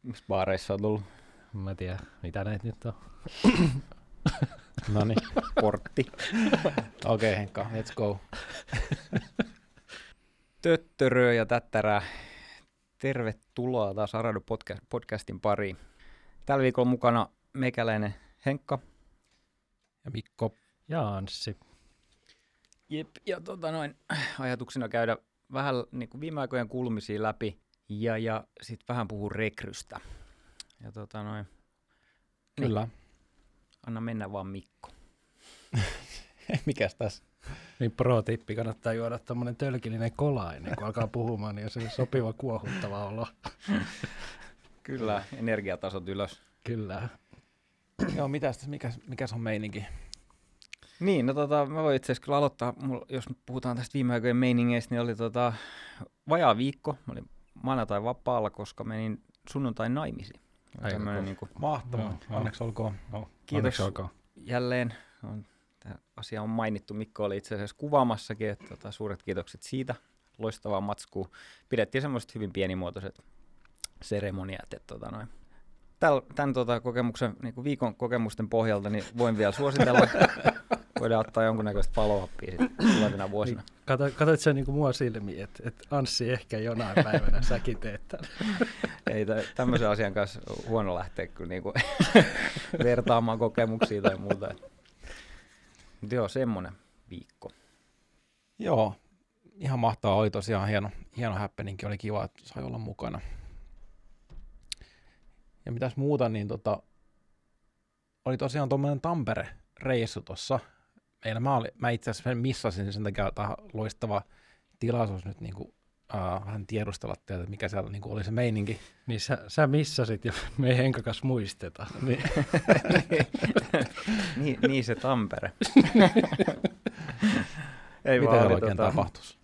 Missä baareissa on tullut? Mä tiedän, mitä näitä nyt on. Noniin, portti. Okei, Henkka, let's go. Töttöröö ja tättärää. Tervetuloa taas Arado podcastin pariin. Tällä viikolla mukana meikäläinen Henkka. Ja Mikko. Ja Anssi. Jep, ja ajatuksena käydä vähän niin kuin viime aikojen kuulumisia läpi ja sitten vähän puhua rekrystä. Ja Kyllä. Niin, anna mennä vaan Mikko. Mikäs tässä? Niin pro-tippi, kannattaa juoda tommonen tölkillinen kola ennen kuin alkaa puhumaan, niin on se sopiva kuohuttava olo. Kyllä, energiatasot ylös. Kyllä. Joo, mikäs on meininki? Niin, mä voin itse asiassa kyllä aloittaa, jos puhutaan tästä viime aikojen meiningeistä, niin oli vajaa viikko. Mä olin maanantai vapaalla, koska menin sunnuntain naimisiin. Niin mahtavaa, onneksi olkoon. Kiitos jälleen. Tämä asia on mainittu, Mikko oli itse asiassa kuvaamassakin, että suuret kiitokset siitä. Loistavaa matskua. Pidettiin semmoiset hyvin pienimuotoiset seremoniat, että tämän kokemuksen, niin viikon kokemusten pohjalta niin voin vielä suositella. Voidaan ottaa jonkunnäköistä follow-upia sitten tulevina vuosina. Katoit sä niinku mua silmiin, että Anssi ehkä jonain päivänä säkin teet tämän. Ei tämmöisen asian kanssa huono lähteä kyllä niinku vertaamaan kokemuksia tai muuta. Mutta joo, semmoinen viikko. Joo, ihan mahtavaa. Oli tosiaan hieno happeninki. Oli kiva, että sai olla mukana. Ja mitäs muuta, niin oli tosiaan tuommoinen Tampere-reissu tuossa. Mä itse asiassa missasin sen takia tämä loistava tilaisuus nyt niinku, vähän tiedustella teiltä, että mikä siellä niinku oli se meininki. Niin sä missasit ja me ei Henkan kanssa muisteta. niin se Tampere. Ei mitä vaan oikein tapahtuisi?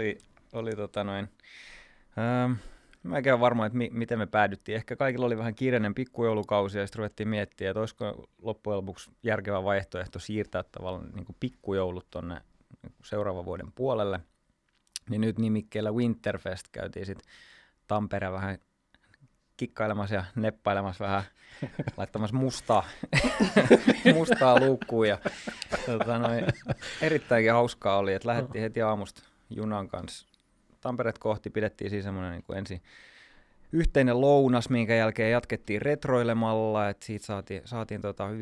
Mä en ole varma, että miten me päädyttiin. Ehkä kaikilla oli vähän kiireinen pikkujoulukausi ja sitten ruvettiin miettimään, että olisiko loppujen lopuksi järkevä vaihtoehto siirtää tavallaan niin kuin pikkujoulut tuonne niin seuraavan vuoden puolelle. Niin nyt nimikkeellä Winterfest käytiin sitten Tampereen vähän kikkailemassa ja neppailemassa vähän, laittamassa mustaa luukkuun. Ja, erittäinkin hauskaa oli, että lähdettiin heti aamusta junan kanssa Tamperet kohti, pidettiin siis semmoinen niin kuin ensin yhteinen lounas, minkä jälkeen jatkettiin retroilemalla, että siitä saatiin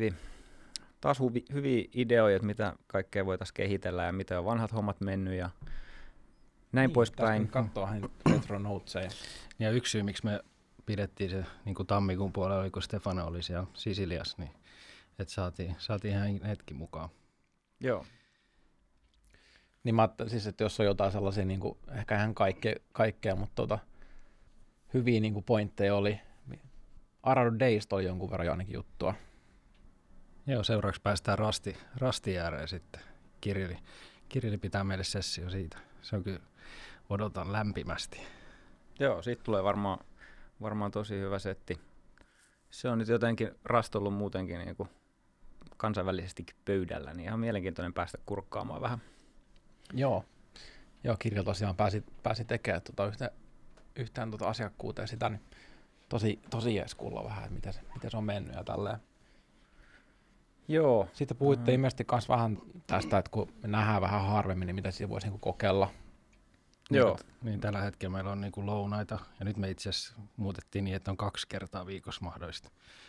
hyviä ideoja, että mitä kaikkea voitaisiin kehitellä ja mitä on vanhat hommat mennyt ja näin niin, poispäin. Katsoa retronoteseja. Ja yksi syy, miksi me pidettiin se niin kuin tammikuun puolella, oli kun Stefano oli siellä Sisiliassa, niin että saatiin ihan hetki mukaan. Joo. Niin mä ajattelin siis, että jos on jotain sellaisia, niin kuin, ehkä ihan kaikkea, mutta hyviä niin kuin pointteja oli. Arado Daysta oli jonkun verran ainakin juttua. Joo, seuraavaksi päästään Rasti ääreen sitten. Kirili pitää meille sessio siitä. Se on kyllä, odotan lämpimästi. Joo, siitä tulee varmaan tosi hyvä setti. Se on nyt jotenkin Rast ollut muutenkin niin kuin kansainvälisestikin pöydällä, niin ihan mielenkiintoinen päästä kurkkaamaan vähän. Joo, Kirjo tosiaan pääsi tekemään yhtään asiakkuuteen sitä, niin tosi jees kuulla vähän, että miten se on mennyt ja tälleen. Joo. Sitten puhuitte ilmeisesti myös vähän tästä, että kun me nähdään vähän harvemmin, niin mitä siinä voisi niinku kokeilla. Joo. Niin tällä hetkellä meillä on niinku lounaita, ja nyt me itse asiassa muutettiin niin, että on 2 kertaa viikossa mahdollista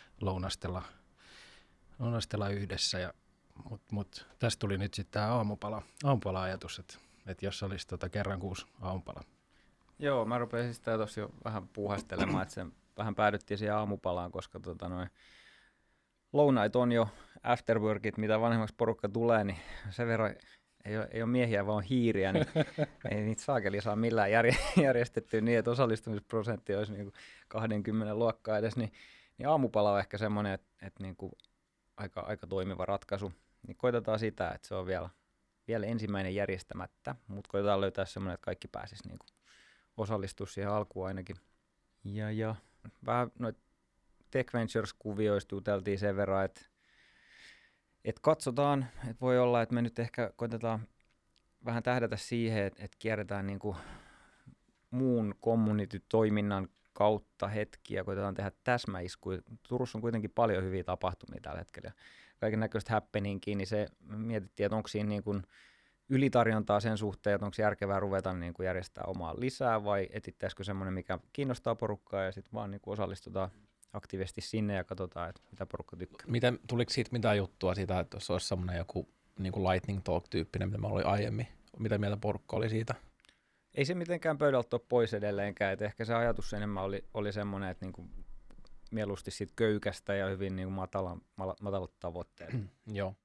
lounastella yhdessä. Mutta tästä tuli nyt sitten tämä aamupala-ajatus, että jos olisi kerran kuusi aamupala. Joo, mä rupesin sitä tuossa jo vähän puuhastelemaan, että se vähän päädyttiin siihen aamupalaan, koska lounait on jo afterworkit, mitä vanhemmaksi porukka tulee, niin sen verran ei ole miehiä, vaan hiiriä, niin ei niitä saakeli saa millään järjestettyä niin, että osallistumisprosentti olisi niin kuin 20 luokkaa edes, niin aamupala on ehkä semmoinen, että niin kuin aika toimiva ratkaisu. Niin koitetaan sitä, että se on vielä ensimmäinen järjestämättä, mutta koitetaan löytää semmoinen, että kaikki pääsisi niin kuin osallistua siihen alkuun ainakin. Ja vähän noita Tech Ventures-kuvioista juteltiin sen verran, että katsotaan, että voi olla, että me nyt ehkä koitetaan vähän tähdätä siihen, että kierretään niin kuin muun community-toiminnan kautta hetkiä, koitetaan tehdä täsmäiskuja. Turussa on kuitenkin paljon hyviä tapahtumia tällä hetkellä. Kaiken näköistä happeningia, niin se mietittiin, että onko siinä niin kuin ylitarjontaa sen suhteen, että onko järkevää ruveta niin kuin järjestää omaa lisää vai etittäisikö semmoinen, mikä kiinnostaa porukkaa ja sitten vaan niin kuin osallistutaan aktiivisesti sinne ja katsotaan, että mitä porukka tykkää. Tuliko siitä mitään juttua siitä, että jos olisi semmoinen joku niin kuin lightning talk-tyyppinen, mitä meillä oli aiemmin? Mitä mieltä porukka oli siitä? Ei se mitenkään pöydältä ole pois edelleenkään, että ehkä se ajatus enemmän oli semmoinen, että niin kuin mieluusti siitä köykästä ja hyvin niin kuin matalat tavoitteet. Joo.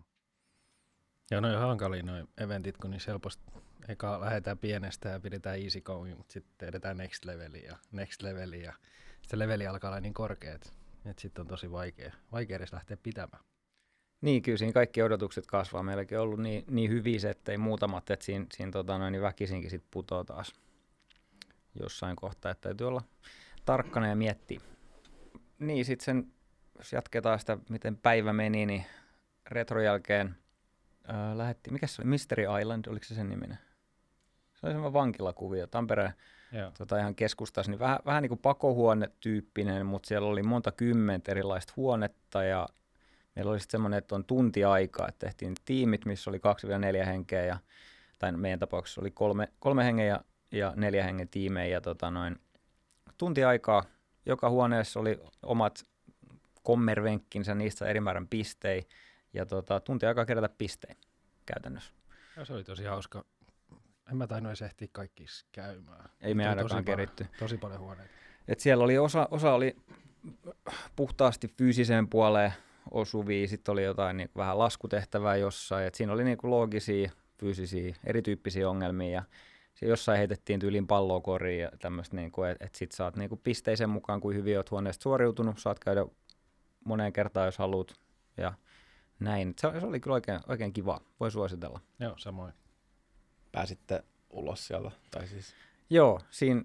Ja noin hankalia noin eventit, kun niin helposti eka lähdetään pienestä ja pidetään easy going, mutta sitten edetään next leveliä ja sitten leveli alkaa olla niin korkea, että sitten on tosi vaikea edes lähteä pitämään. Niin, kyllä siinä kaikki odotukset kasvaa. Meilläkin on ollut niin hyviä settejä muutamat, että siinä niin väkisinkin sit putoo taas jossain kohtaa, että täytyy olla tarkkana ja miettiä. Niin, sitten jos jatketaan sitä, miten päivä meni, niin retron jälkeen lähdettiin, mikä se oli, Mystery Island, oliko se sen niminen? Se oli semmoinen vankilakuvio, Tampereen ihan keskustassa, niin vähän niin kuin pakohuone-tyyppinen, mutta siellä oli monta kymmentä erilaista huonetta ja meillä oli sitten semmoinen, että on tunti aikaa, että tehtiin tiimit, missä oli 2-4 henkeä, tai meidän tapauksessa oli 3 hengen ja 4 hengen tiimejä, ja tunti aikaa. Joka huoneessa oli omat kommervenkkinsä, niistä eri määrän pistejä, ja tunti aikaa kerätä pistejä käytännössä. Ja se oli tosi hauska. En mä tainnut edes ehtiä kaikissa käymään. Ei me ainakaan keritty. Tosi paljon huoneita. Et siellä oli osa oli puhtaasti fyysiseen puoleen osuvia, sitten oli jotain niin vähän laskutehtävää jossain, et siinä oli niin loogisia, fyysisiä, erityyppisiä ongelmia, ja jossain heitettiin tyylin palloa koriin ja tämmöistä, niin että sit saat niin pisteisen mukaan, kuin hyvin olet huoneesta suoriutunut, saat käydä moneen kertaan, jos haluat, ja näin. Se oli kyllä oikein kiva, voi suositella. Joo, samoin. Pääsitte ulos siellä, tai siis? Joo, siinä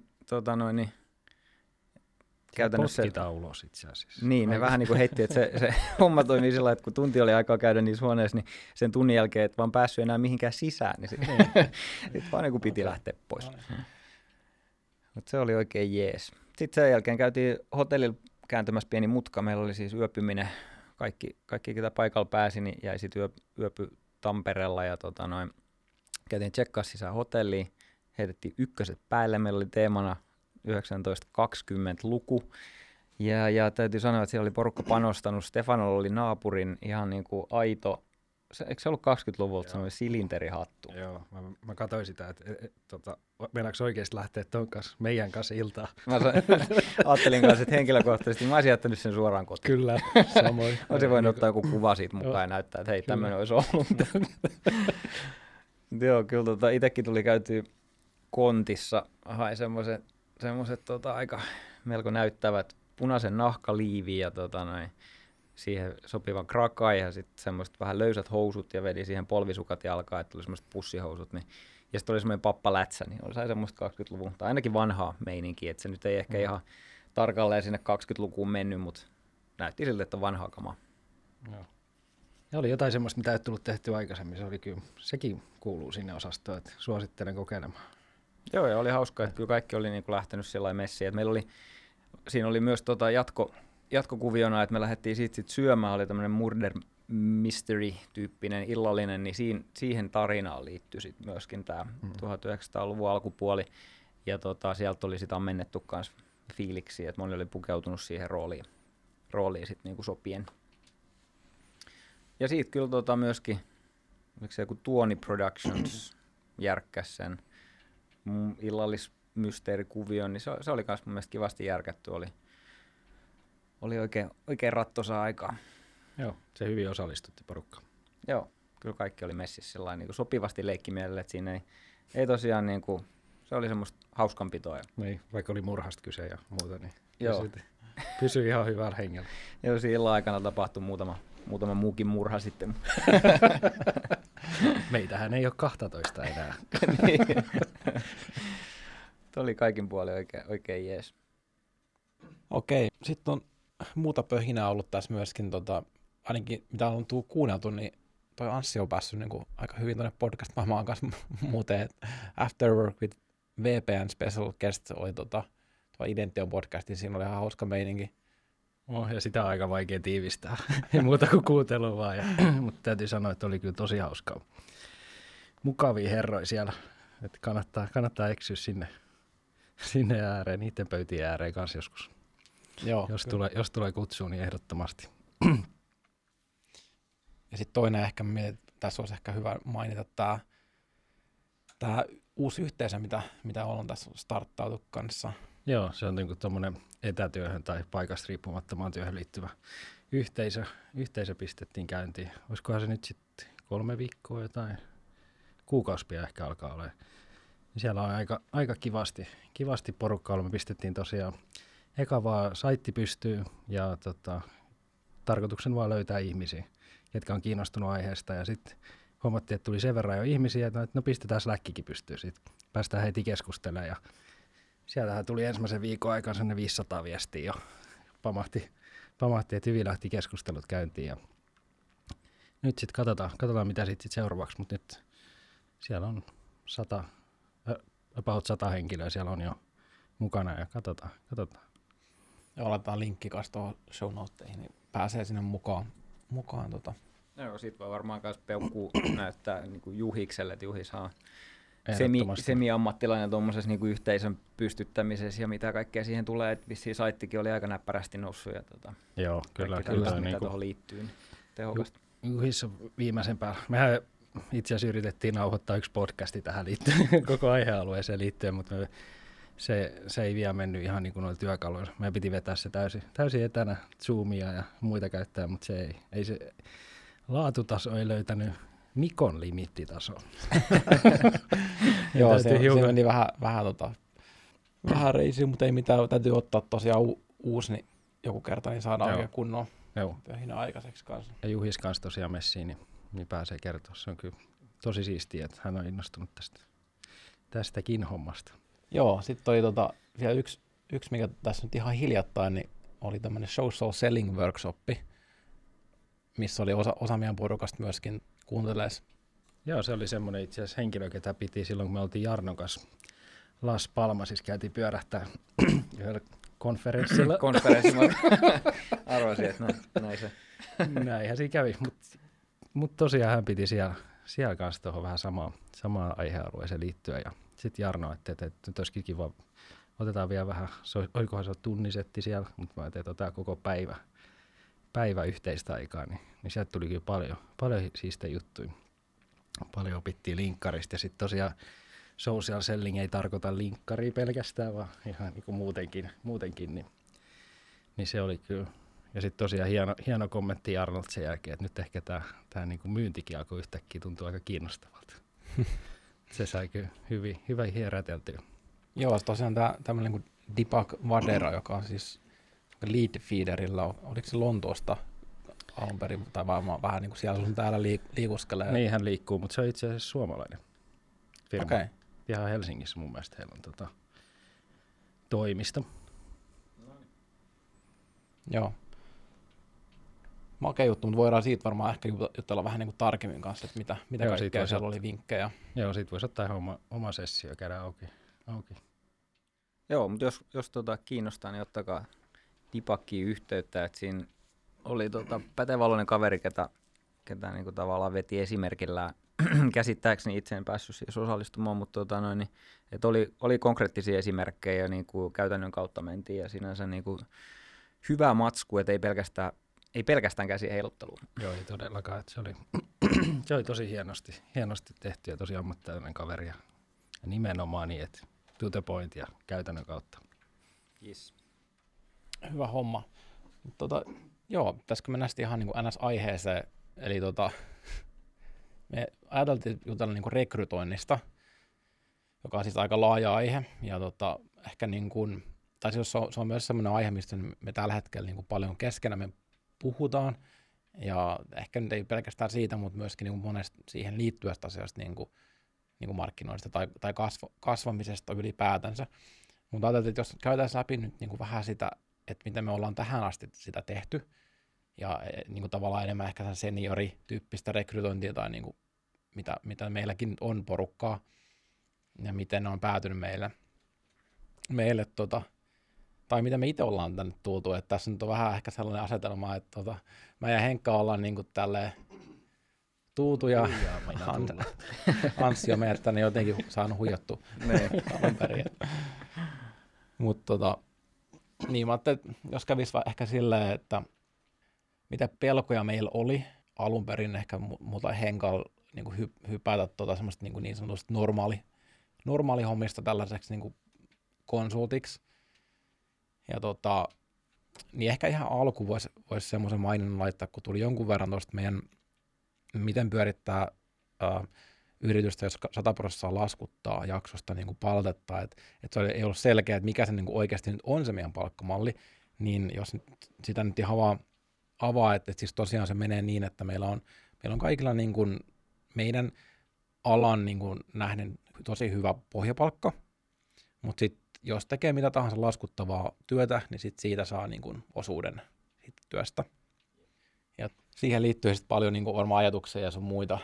käytännössä potkitaan ulos itse asiassa. Niin, ne vähän niin kuin heitti, että se homma toimii sillä, että kun tunti oli aikaa käydä niissä huoneissa, niin sen tunnin jälkeen et vaan päässyt enää mihinkään sisään, niin sitten vaan niin kuin piti lähteä pois. Mutta se oli oikein jees. Sitten sen jälkeen käytiin hotellilla kääntämässä pieni mutka. Meillä oli siis yöpyminen. Kaikki ketä paikalla pääsi, niin jäi sitten yöpy Tampereella ja käytiin tsekkaa sisään hotelliin. Heitettiin ykköset päälle. Meillä oli teemana 1920-luku. Ja täytyy sanoa, että siellä oli porukka panostanut. Stefanolla oli naapurin ihan niin kuin aito, eikö se ollut 20-luvulta semmoinen silinterihattu? Joo, mä katsoin sitä, että meinaanko oikeasti lähteä meidän kanssa iltaan? Mä ajattelin kanssa, että henkilökohtaisesti mä olisin jättänyt sen suoraan kotiin. Kyllä, samoin. Olisin voinut ottaa joku kuva siitä mukaan ja näyttää, että hei, tämmöinen olisi ollut. Joo, kyllä itsekin tuli käytyä Kontissa, hain semmoiset aika melko näyttävät punaisen nahkaliivin ja siihen sopivan krakai ja sitten semmoiset vähän löysät housut ja vedi siihen polvisukat jalkaan, että tuli semmoiset pussihousut. Niin. Ja sitten oli semmoinen pappalätsä, niin oli semmoista 20-luvun, tai ainakin vanhaa meininkiä, että se nyt ei ehkä ihan tarkalleen sinne 20-lukuun mennyt, mutta näytti siltä, että on vanhaa kamaa. Joo. Ja oli jotain semmoista, mitä ei tullut tehty aikaisemmin, sekin kuuluu sinne osastoon, että suosittelen kokeilemaan. Joo, ja oli hauskaa, että kyllä kaikki oli niinku lähtenyt sellainen messiin, että meillä siinä oli myös jatkokuviona, että me lähdettiin siitä syömään, oli tämmöinen murder mystery-tyyppinen illallinen, niin siihen tarinaan liittyi sitten myöskin tämä 1900-luvun alkupuoli, ja sieltä oli sitä ammennettu myös fiiliksi, että moni oli pukeutunut siihen rooliin sitten niinku sopien. Ja siitä kyllä myöskin, oliko se joku Tuoni Productions järkkäsi sen illallismysteerikuvion, niin se oli myös mun mielestä kivasti järkätty, oli oikein rattosaa aikaa. Joo, se hyvin osallistutti porukka. Joo, kyllä kaikki oli messissä sellainen niin kuin sopivasti leikkimielelle, että siinä ei tosiaan niin kuin, se oli semmoista hauskanpitoa. Niin, vaikka oli murhasta kyse ja muuta, niin joo. Pysyi ihan hyvällä hengellä. Joo, siinä illan aikana tapahtui muutama muukin murha sitten. Meitähän ei ole 12 enää. Niin. Tuo oli kaikin puolin oikein jees. Okei, sitten on muuta pöhinää ollut tässä myöskin, ainakin mitä on kuunneltu, niin toi Anssi on päässyt niin kuin aika hyvin tuonne podcast-maailmaan kanssa muuten. After Work with VPN Special Guest oli Idention podcastin, siinä oli ihan hauska meininki. Oh, ja sitä on aika vaikea tiivistää, ei muuta kuin kuuntelu vaan. Mutta täytyy sanoa, että oli kyllä tosi hauskaa. Mukavia herroja siellä, että kannattaa eksyä sinne ääreen, niiden pöytien ääreen kanssa joskus. Joo, jos tulee kutsua, niin ehdottomasti. Ja sitten toinen ehkä, tässä olisi ehkä hyvä mainita tämä uusi yhteisö, mitä ollaan tässä starttautu kanssa. Joo, se on niinku tuommoinen etätyöhön tai paikasta riippumattomaan työhön liittyvä yhteisö pistettiin käyntiin. Olisikohan se nyt sitten 3 viikkoa jotain, kuukausia ehkä alkaa olemaan. Siellä on aika kivasti porukkaa. Me pistettiin tosiaan eka vaan saitti pystyy ja tarkoituksen vaan löytää ihmisiä, jotka on kiinnostunut aiheesta. Ja sitten huomattiin, että tuli sen verran jo ihmisiä, että no pistetään Slackikin pystyyn. Sitten päästään heti keskustelemaan. Ja sieltähän tuli ensimmäisen viikon aikana sellainen 500 viestiä jo. Pamahti, että hyvin lähti keskustelut käyntiin. Ja nyt sitten katsotaan mitä sitten seuraavaksi. Mutta nyt siellä on 100 henkilöä siellä on jo mukana ja katsotaan. Ja laitetaan linkki kanssa tuohon show noteihin, niin pääsee sinne mukaan. Joo, sit voi varmaan myös peukkuu näyttää niin kuin Juhikselle, että Juhis on semi-ammattilainen tuommoisessa niin kuin yhteisön pystyttämisessä ja mitä kaikkea siihen tulee, että vissiin saittikin oli aika näppärästi noussut ja joo, kyllä. Mitä niin tuohon liittyy, niin tehokasta. Juhis on viimeisen päällä. Mehän itse asiassa yritettiin nauhoittaa yksi podcasti tähän liittyen, koko aihealueeseen liittyen, mutta se ei vielä mennyt ihan niin kuin noilla työkaluilla. Meidän piti vetää se täysin etänä, Zoomia ja muita käyttää, mutta se ei se laatutaso ei löytänyt Mikon limittitasoa. Joo, se meni vähän reisiin, mutta ei mitään. Täytyy ottaa tosiaan uusi, niin joku kerta niin saadaan oikein kunnon töihin aikaiseksi kanssa. Ja Juhis kanssa tosiaan messiin, niin pääsee kertoa. Se on kyllä tosi siistiä, että hän on innostunut tästäkin hommasta. Joo, sitten oli vielä yksi, mikä tässä nyt ihan hiljattain, niin oli tämmöinen social selling workshoppi, missä oli osa meidän porukasta myöskin kuunteleessa. Joo, se oli semmoinen itse asiassa henkilö, ketä piti silloin, kun me oltiin Jarnon kanssa Las Palmasissa, käytiin pyörähtää yhdellä konferenssilla. Arvasin, että näin se. Näinhän siinä kävi, mutta tosiaan hän piti siellä kanssa tuohon vähän samaan aihealueeseen liittyen. Ja sitten Jarno, että nyt olisikin kiva, otetaan vielä vähän, oikohan se tunnisetti siellä, mutta mä ajattelin, että otetaan koko päivä yhteistä aikaa, niin sieltä tuli kyllä paljon siistejä juttuja. Paljon opittiin linkkarista ja sitten tosiaan social selling ei tarkoita linkkaria pelkästään, vaan ihan niin kuin muutenkin niin se oli kyllä. Ja sitten tosiaan hieno kommentti Jarnolta sen jälkeen, että nyt ehkä tämä niin kuin myyntikin alkoi yhtäkkiä tuntua aika kiinnostavalta. Se sai kyllä hyvin hieräteltyä. Joo, tosiaan tämmöinen kuin Deepak Vadera, joka on siis Lead Feederillä, oliko se Lontoosta alun perin, tai vähän niin kuin siellä sun täällä liikuskelee. Niin, hän liikkuu, mutta se on itse asiassa suomalainen firma. Okay. Ihan Helsingissä mun mielestä heillä on toimisto. Joo. Makea juttu, mutta voidaan siitä varmaan ehkä jutella vähän niin kuin tarkemmin kanssa, että mitä joo, kaikkea siellä oli vinkkejä. Joo, siitä voisi ottaa ihan oma sessio ja käydä auki. Joo, mutta jos kiinnostaa, niin ottakaa Deepakkiin yhteyttä, että siinä oli päteväloinen kaveri, ketä niin kuin tavallaan veti esimerkillään. Käsittääkseni itse en päässyt siis osallistumaan, mutta että oli konkreettisia esimerkkejä niin kuin käytännön kautta mentiin ja sinänsä niin kuin hyvä matsku, että ei pelkästään käsi heiluttelua. Joo, ei todellakaan. Että se oli tosi hienosti tehty ja tosi ammattilainen kaveri ja nimenomaan niin, että to the point ja käytännön kautta. Yes. Hyvä homma. Joo, pitäisikö mennä sitten ihan niin kuin NS-aiheeseen, eli me ajateltiin jutella niin kuin rekrytoinnista, joka on siis aika laaja aihe, ja ehkä niin kuin, tai siis se on myös sellainen aihe, mistä me tällä hetkellä niin kuin paljon keskenämme puhutaan, ja ehkä nyt ei pelkästään siitä, mutta myöskin niin kuin monesta siihen liittyvästä asiasta, niin kuin markkinoista tai kasvamisesta ylipäätänsä. Mutta ajateltiin, että jos käytäisiin läpi nyt niin kuin vähän sitä, että miten me ollaan tähän asti sitä tehty, ja niin kuin tavallaan enemmän ehkä seniorityyppistä rekrytointia tai niin kuin mitä meilläkin on porukkaa, ja miten ne on päätynyt meille tai miten me itse ollaan tänne tultu, että tässä nyt on vähän ehkä sellainen asetelma, että mä ja Henkka ollaan niinku tälleen tultu ja Anssi on meidät tänne jotenkin saanut huijattu alun perin. Mutta niin mä ajattelin, että jos kävisi ehkä silleen, että mitä pelkoja meillä oli alun perin ehkä muuta Henkalla niin hypätä semmoista niin sanotusta normaali hommista tällaiseksi niin konsultiksi. Ja niin ehkä ihan alku voisi semmoisen maininnan laittaa, kun tuli jonkun verran tuosta meidän, miten pyörittää yritystä, jos 100% laskuttaa jaksosta niin kuin paltetta, että se ei ollut selkeä, että mikä se niin kuin oikeasti nyt on se meidän palkkamalli, niin jos sitä nyt ihan avaa, että siis tosiaan se menee niin, että meillä on kaikilla niin kuin meidän alan niin kuin nähden tosi hyvä pohjapalkka, mutta sitten jos tekee mitä tahansa laskuttavaa työtä, niin sit siitä saa niin kuin osuuden siitä työstä. Ja siihen liittyy sitten paljon niin kuin varmaan ajatuksia ja sun muita.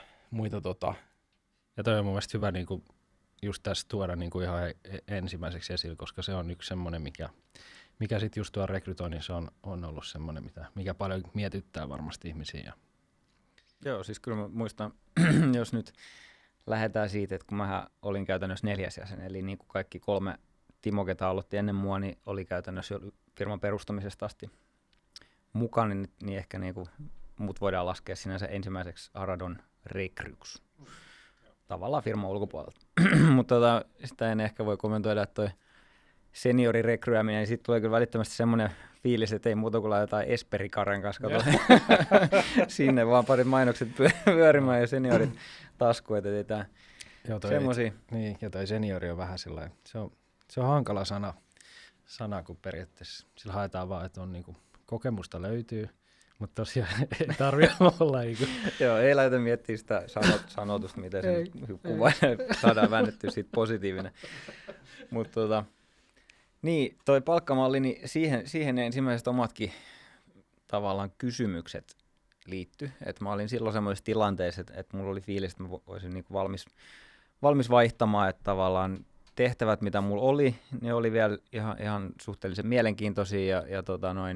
Ja toi on mun mielestä hyvä niin kuin just tässä tuoda niin kuin ihan ensimmäiseksi esille, koska se on yksi semmoinen, mikä sitten just tuolla rekrytoinnissa on ollut semmoinen, mikä paljon mietittää varmasti ihmisiä. Joo, siis kyllä mä muistan, jos nyt lähdetään siitä, että kun mä olin käytännössä 4. jäsen, eli niin kuin kaikki 3 Timo, ketä aloitti ennen mua, niin oli käytännössä jo firman perustamisesta asti mukana, niin ehkä niin kuin mut voidaan laskea sinänsä ensimmäiseksi Aradon rekryksi. Tavallaan firman ulkopuolelta. Mutta sitä en ehkä voi kommentoida, että toi seniorirekryäminen, niin sitten tulee kyllä välittömästi semmoinen fiilis, että ei muuta kuin laitetaan Esperi-Karen kanssa sinne, vaan parit mainokset pyörimään ja seniorit taskuun, että ei semmoisia. Niin, ja toi seniori on vähän sellainen, se on hankala sana, kun periaatteessa sillä haetaan vaan, että on niinku, kokemusta löytyy, mutta tosiaan ei tarvitse olla. Joo, ei lähdetä miettimään sitä sanotusta, miten se kuvailee, saadaan väännettyä siitä positiivinen. Mutta niin, toi palkkamalli, niin siihen ensimmäiset omatkin tavallaan kysymykset liittyi. Että mä olin silloin semmoisessa tilanteessa, että mulla oli fiilis, että mä olisin niinku valmis vaihtamaan, että tavallaan tehtävät, mitä mulla oli, ne oli vielä ihan suhteellisen mielenkiintoisia ja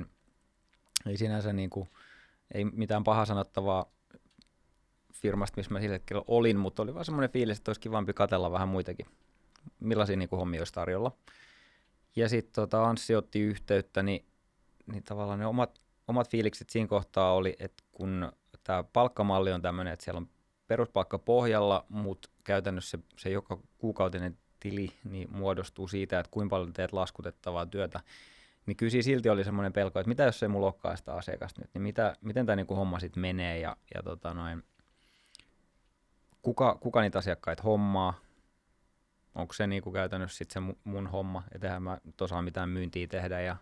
ei sinänsä niinku, ei mitään pahaa sanottavaa firmasta, missä mä sillä hetkellä olin, mutta oli vaan semmoinen fiilis, että olisi kivampi katsella vähän muitakin, millaisia niinku hommia olisi tarjolla. Ja sitten Anssi otti yhteyttä, niin tavallaan ne omat fiilikset siinä kohtaa oli, että kun tämä palkkamalli on tämmöinen, että siellä on peruspalkka pohjalla, mutta käytännössä se joka kuukautinen tili niin muodostuu siitä, että kuinka paljon teet laskutettavaa työtä, niin kyllä silti oli semmoinen pelko, että mitä jos ei mulla olekaan sitä asiakasta nyt, niin miten tämä niinku homma sitten menee ja kuka niitä asiakkaita hommaa, onko se niinku käytännössä sitten se mun homma, ettehän mä osaa mitään myyntiä tehdä ja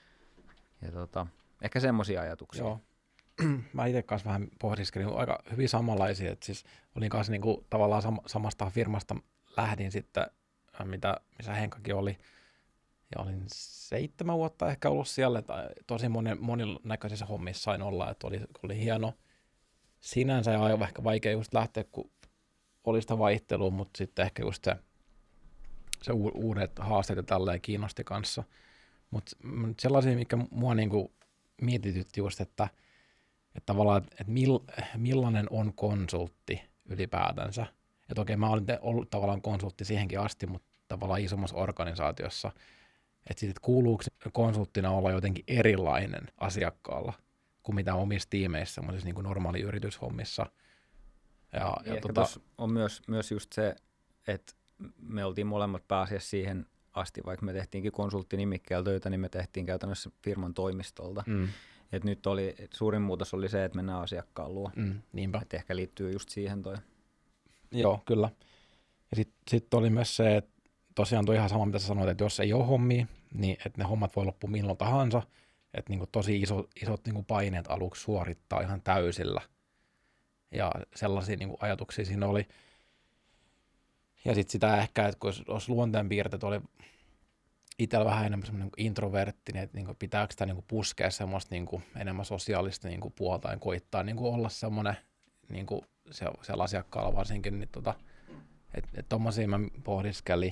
ehkä semmoisia ajatuksia. Joo. Mä itse kanssa vähän pohdiskelin aika hyvin samanlaisia, että siis olin kanssa niinku tavallaan samasta firmasta lähdin sitten, missä Henkkakin oli, ja olin 7 vuotta ehkä ollut siellä, tai tosi monennäköisissä hommissa sain olla, että oli hieno sinänsä ja aivan ehkä vaikea just lähteä, kun oli sitä vaihtelua, mutta sitten ehkä just se uudet haasteet ja tälleen kiinnosti kanssa. Mutta sellaisia, mikä mua niinku mietitytti just, että tavallaan, että millainen on konsultti ylipäätänsä. Että okei, mä olin ollut tavallaan konsultti siihenkin asti, mutta tavallaan isommassa organisaatiossa. Että sitten kuuluuko konsulttina olla jotenkin erilainen asiakkaalla kuin mitä omissa tiimeissä, semmoisissa niin kuin normaali yrityshommissa. Ja ehkä on myös just se, että me oltiin molemmat pääasiassa siihen asti, vaikka me tehtiinkin konsulttinimikkeellä töitä, niin me tehtiin käytännössä firman toimistolta. Et nyt suurin muutos oli se, että mennään asiakkaan luo. Niinpä. Et ehkä liittyy just siihen toi. Joo, kyllä. Ja sitten oli myös se, että tosiaan toi ihan sama, mitä sä sanoit, että jos ei ole hommia, niin että ne hommat voi loppua milloin tahansa. Että niinku tosi isot niinku paineet aluksi suorittaa ihan täysillä. Ja sellaisia niinku ajatuksia siinä oli. Ja sitten sitä ehkä, että kun olisi luonteenpiirteet, oli itsellä vähän enemmän semmoinen introvertti, niin että niinku pitääkö sitä niinku puskea semmoista niinku enemmän sosiaalista niinku puolta ja koittaa niinku olla semmoinen niinku siellä asiakkaalla varsinkin, niin että tommosia mä pohdiskelin.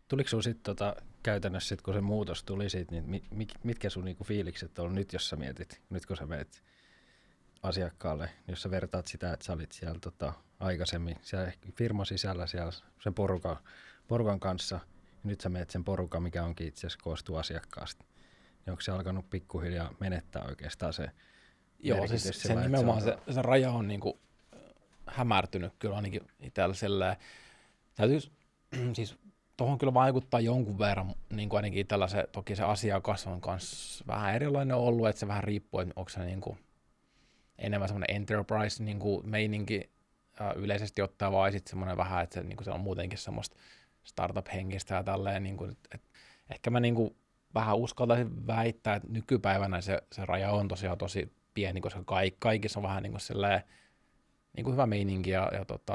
Tuliko sun sitten käytännössä, sit, kun se muutos tuli siitä, niin mitkä sun niinku fiilikset on nyt, jos sä mietit, nyt kun sä menet asiakkaalle, jos sä vertaat sitä, että sä olit siellä aikaisemmin siellä firman sisällä siellä sen porukan kanssa, ja nyt sä menet sen porukan, mikä onkin itse asiassa koostuu asiakkaasta. Ja onko se alkanut pikkuhiljaa menettää oikeastaan se Joo, siis se nimenomaan se raja on niinku hämärtynyt kyllä ainakin itsellä silleen. Täytyy siis tuohon kyllä vaikuttaa jonkun verran, niin kuin ainakin itsellä toki se asiakas on kanssa vähän erilainen ollut, että se vähän riippuu, että onko se niinku enemmän semmoinen enterprise niinku meininki yleisesti ottaa, vai sitten semmoinen vähän, että se, niinku se on muutenkin semmoista startup-henkistä ja tälleen, niinku, ehkä mä niinku vähän uskaltaisin väittää, että nykypäivänä se raja on tosiaan tosi pieni, koska kaikissa on vähän niinku silleen, niinku hyvä meininki ja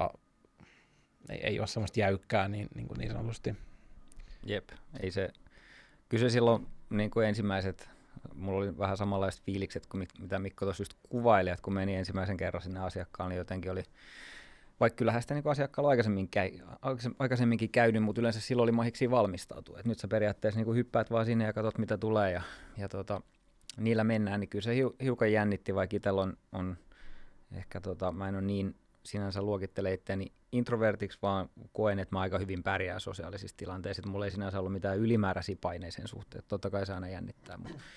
ei ole semmoista jäykkää niin sanotusti. Jep, ei se, kyllä se silloin niin kuin ensimmäiset, mulla oli vähän samanlaiset fiilikset kuin mitä Mikko tuossa just kuvaili, että kun meni ensimmäisen kerran sinne asiakkaalle, niin jotenkin oli, vaikka kyllähän sitä niin kuin asiakkaalla aikaisemminkin käynyt, mutta yleensä silloin oli mahiksi valmistautua. Et nyt sä periaatteessa niin kuin hyppäät vaan sinne ja katsot mitä tulee ja niillä mennään, niin kyllä se hiukan jännitti, vaikka itsellä on ehkä mä en ole niin sinänsä luokittele itseäni introvertiksi, vaan koen, että mä aika hyvin pärjään sosiaalisissa tilanteissa. Mulla ei sinänsä ollut mitään ylimääräisiä paineita sen suhteen. Totta kai se aina jännittää.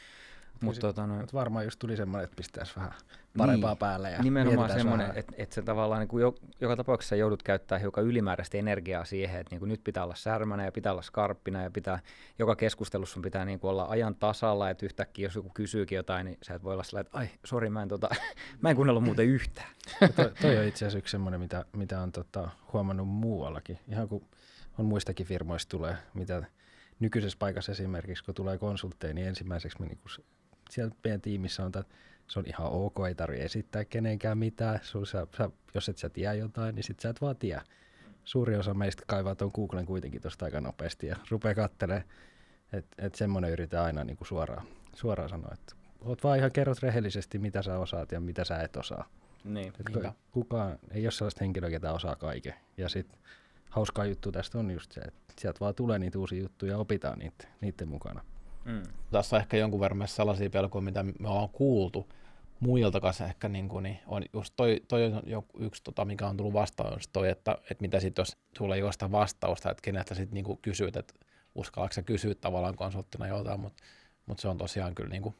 Mutta varmaan just tuli semmoinen, että pistäisi vähän parempaa niin, päälle. Ja nimenomaan semmoinen, että se tavallaan niin kuin joka tapauksessa joudut käyttämään hiukan ylimääräistä energiaa siihen, että niin kuin nyt pitää olla särmänä ja pitää olla skarppina ja joka keskustelussa pitää niin kuin olla ajan tasalla, että yhtäkkiä jos joku kysyykin jotain, niin sä et voi olla sellainen, että ai sori, mä en kuunnellut muuten yhtään. Toi on itse asiassa yksi semmoinen, mitä on huomannut muuallakin. Ihan kun on muistakin firmoista tulee, mitä nykyisessä paikassa esimerkiksi, kun tulee konsultteja, niin ensimmäiseksi me niinku siellä meidän tiimissä on, että se on ihan ok, ei tarvitse esittää kenenkään mitään. Jos et sä tiedä jotain, niin sit sä et vaan tiedä. Suuri osa meistä kaivaa tuon Googlen kuitenkin tuosta aika nopeasti ja rupeaa katselemaan, että semmoinen yritetään aina niinku suoraan sanoa, että oot vaan ihan kerrot rehellisesti, mitä sä osaat ja mitä sä et osaa. Niin. Kukaan ei ole sellaista henkilöä, ketä osaa kaiken. Ja sitten hauskaa juttu tästä on just se, että sieltä vaan tulee niitä uusia juttuja ja opitaan niiden mukana. Tässä on ehkä jonkun verran myös sellaisia pelkoja, mitä me ollaan kuultu muilta kanssa ehkä, niin on just toi on yksi, mikä on tullut vastaan, just toi, että mitä sitten jos sulla ei ole sitä vastausta, että kenestä sitten niin kysyt, että uskallatko sä kysyä tavallaan konsulttina jotain, mutta se on tosiaan kyllä, niin kuin,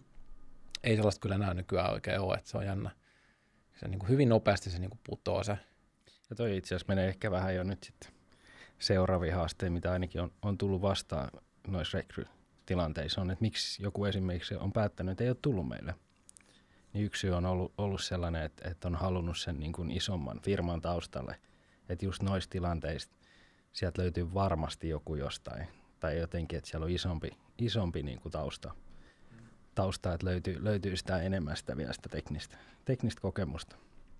ei sellaista kyllä enää nykyään oikein ole, että se on jännä. Se niin kuin hyvin nopeasti se niin kuin putoo se. Ja toi itse asiassa menee ehkä vähän jo nyt sitten seuraavia haasteita, mitä ainakin on tullut vastaan noissa rekrytilanteissa on, että miksi joku esimerkiksi on päättänyt, että ei ole tullut meille. Niin yksi on ollut sellainen, että on halunnut sen niin kuin isomman firman taustalle, että just noissa tilanteissa sieltä löytyy varmasti joku jostain, tai jotenkin, että siellä on isompi niin kuin tausta, että löytyy sitä enemmän sitä vielä sitä teknistä kokemusta.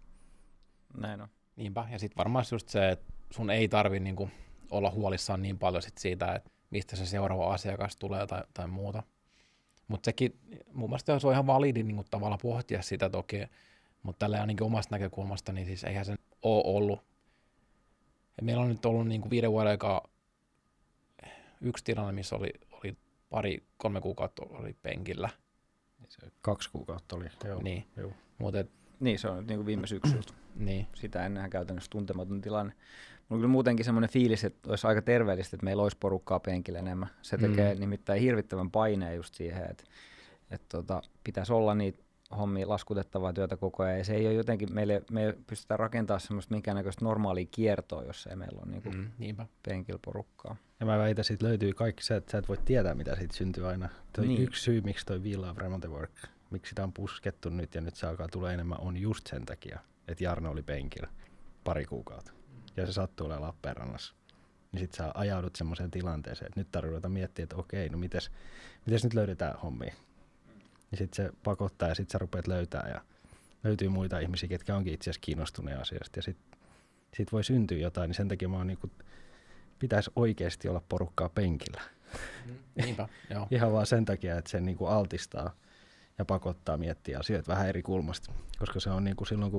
Näin on. Niinpä, ja sitten varmaan just se, että sun ei tarvitse niinku olla huolissaan niin paljon sit siitä, että mistä se seuraava asiakas tulee tai muuta. Mutta sekin, mun mielestä se on ihan validi niinku tavalla pohtia sitä toki, mutta tällä ainakin omasta näkökulmasta, niin siis eihän se ole ollut. Ja meillä on nyt ollut niinku 5 vuoden aikaa yksi tilanne, missä oli 2-3 kuukautta oli penkillä. 2 kuukautta oli, joo. Niin, joo. Niin, se on niin kuin viime syksyltä. Niin. Sitä ennenhän käytännössä tuntematon tilanne. Mulla on kyllä muutenkin semmoinen fiilis, että olisi aika terveellistä, että meillä olisi porukkaa penkillä enemmän. Se tekee nimittäin hirvittävän paineen just siihen, että pitäisi olla niitä hommia laskutettavaa työtä koko ajan. Ja se ei ole jotenkin, me ei pystytä rakentamaan semmoista minkäännäköistä normaalia kiertoa, jos ei meillä ole niinku penkillä porukkaa. Ja mä väitän, että löytyy kaikki, sä et voi tietää, mitä siitä syntyy aina. Niin. Yksi syy, miksi toi We Love Remote Work, miksi sitä on puskettu nyt ja nyt se alkaa tulla enemmän, on just sen takia, että Jarno oli penkillä 2 kuukautta. Ja se sattuu olemaan Lappeenrannassa. Niin sit sä ajaudut semmoiseen tilanteeseen, että nyt tarvitaan miettiä, että okei, no mites nyt löydetään hommia. Ja sit se pakottaa ja sit sä rupeat löytää ja löytyy muita ihmisiä, ketkä onkin itse asiassa kiinnostuneet asiasta. Ja sit voi syntyä jotain, niin sen takia mä oon niinku, pitäisi oikeasti olla porukkaa penkillä. Niinpä, joo. Ihan vaan sen takia, että se niinku altistaa ja pakottaa miettiä asioita vähän eri kulmasta. Koska se on niinku silloin, kun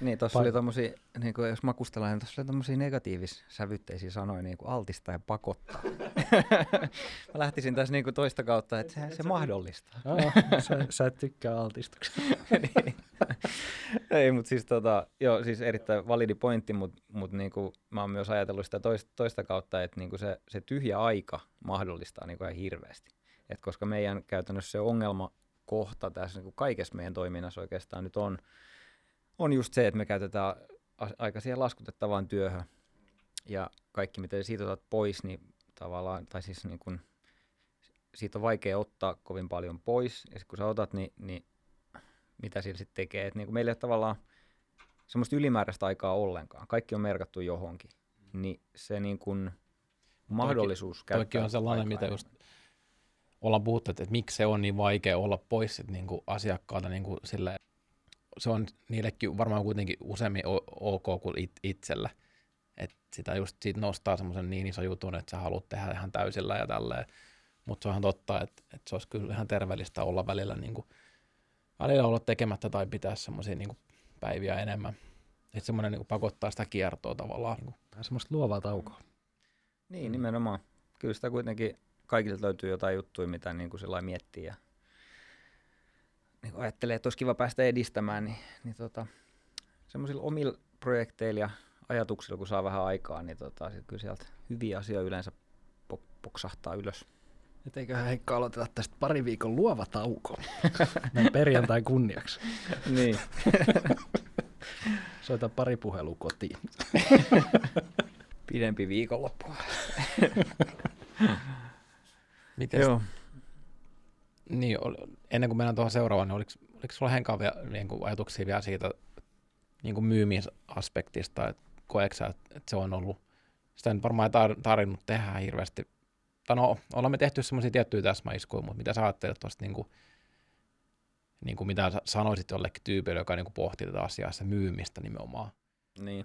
Niin, tuossa oli tommosia, niin kuin jos makustellaan, niin tuossa oli tommosia negatiivis-sävytteisiä sanoja, niin kuin altistaa ja pakottaa. Mä lähtisin tässä niin kuin toista kautta, että se mahdollistaa. Sä et tykkää altistuksesta. Niin. Ei, mutta siis, joo, siis erittäin validi pointti, mutta niin kuin mä oon myös ajatellut sitä toista kautta, että niin kuin se tyhjä aika mahdollistaa niin kuin ihan hirveästi. Et koska meidän käytännössä se ongelmakohta tässä niin kuin kaikessa meidän toiminnassa oikeastaan nyt on just se, että me käytetään aika siihen laskutettavaan työhön ja kaikki mitä siitä otat pois, niin tavallaan, tai siis niin kun, siitä on vaikea ottaa kovin paljon pois ja sit kun sä otat, niin mitä sillä sitten tekee, että niin meillä ei ole tavallaan semmoista ylimääräistä aikaa ollenkaan, kaikki on merkattu johonkin, niin se niin kun mahdollisuus käyttää. Toikin on sellainen, mitä just ollaan puhuttu, että miksi se on niin vaikea olla pois sit niin kuin asiakkaalta niin kuin silleen, se on niillekin varmaan kuitenkin useammin ok kuin itsellä. Että sitä just siitä nostaa semmoisen niin iso jutun, että sä haluat tehdä ihan täysillä ja tälleen. Mutta se on ihan totta, että se olisi kyllä ihan terveellistä olla välillä, niin kuin, välillä olla tekemättä tai pitää semmoisia niin kuin päiviä enemmän. Että semmoinen niin kuin pakottaa sitä kiertoa tavallaan. Niin tai semmoista luovaa taukoa. Niin, nimenomaan. Kyllä sitä kuitenkin kaikilta löytyy jotain juttuja, mitä niin kuin sellainen miettii ja niin ajattelee, että olisi kiva päästä edistämään, niin semmoisilla omilla projekteilla ja ajatuksilla, kun saa vähän aikaa, niin kyllä sieltä hyviä asioita yleensä poksahtaa ylös. Et eiköhän Heikka aloiteta tästä pari viikon luova tauko. Näin perjantai kunniaksi. Niin. Soita pari puhelua kotiin. Pidempi viikonloppu. Joo. Niin, ennen kuin mennään tuohon seuraavaan, niin oliko sulla Henkaan vielä niin kuin ajatuksia vielä siitä niin kuin myymisaspektista, että koetko sä, että se on ollut, sitä nyt varmaan ei tarvinnut tehdä hirveästi, tai no, ollaan me tehty semmoisia tiettyjä täsmäiskuja, mutta mitä sä ajattelet tuosta, niin kuin mitä sanoisit jollekin tyypille, joka niin kuin pohtii tätä asiaa, se myymistä nimenomaan? Niin.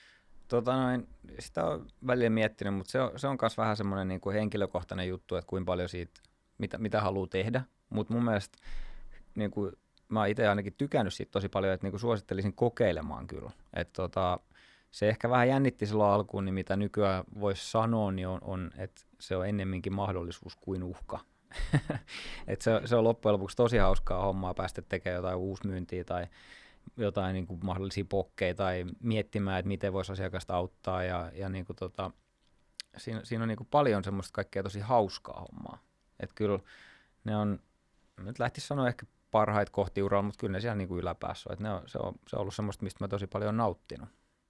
Sitä on välillä miettinyt, mutta se on myös vähän semmoinen niin kuin henkilökohtainen juttu, että kuinka paljon siitä, mitä haluaa tehdä. Mutta mun mielestä niin kuin, mä oon itse ainakin tykännyt siitä tosi paljon, että niin kuin suosittelisin kokeilemaan kyllä. Että se ehkä vähän jännitti silloin alkuun, niin mitä nykyään voisi sanoa, niin on, että se on ennemminkin mahdollisuus kuin uhka. Että se on loppujen lopuksi tosi hauskaa hommaa päästä tekemään jotain uusmyyntiä tai jotain niin kuin mahdollisia pokkeja tai miettimään, että miten voisi asiakasta auttaa ja niin kuin siinä on niin kuin paljon semmoista kaikkea tosi hauskaa hommaa. Että kyllä ne on, nyt lähtisi sanoa ehkä parhaita kohti uralla, mutta kyllä ne siellä niin kuin yläpäässä on. Että se on ollut semmoista, mistä mä tosi paljon olen nauttinut.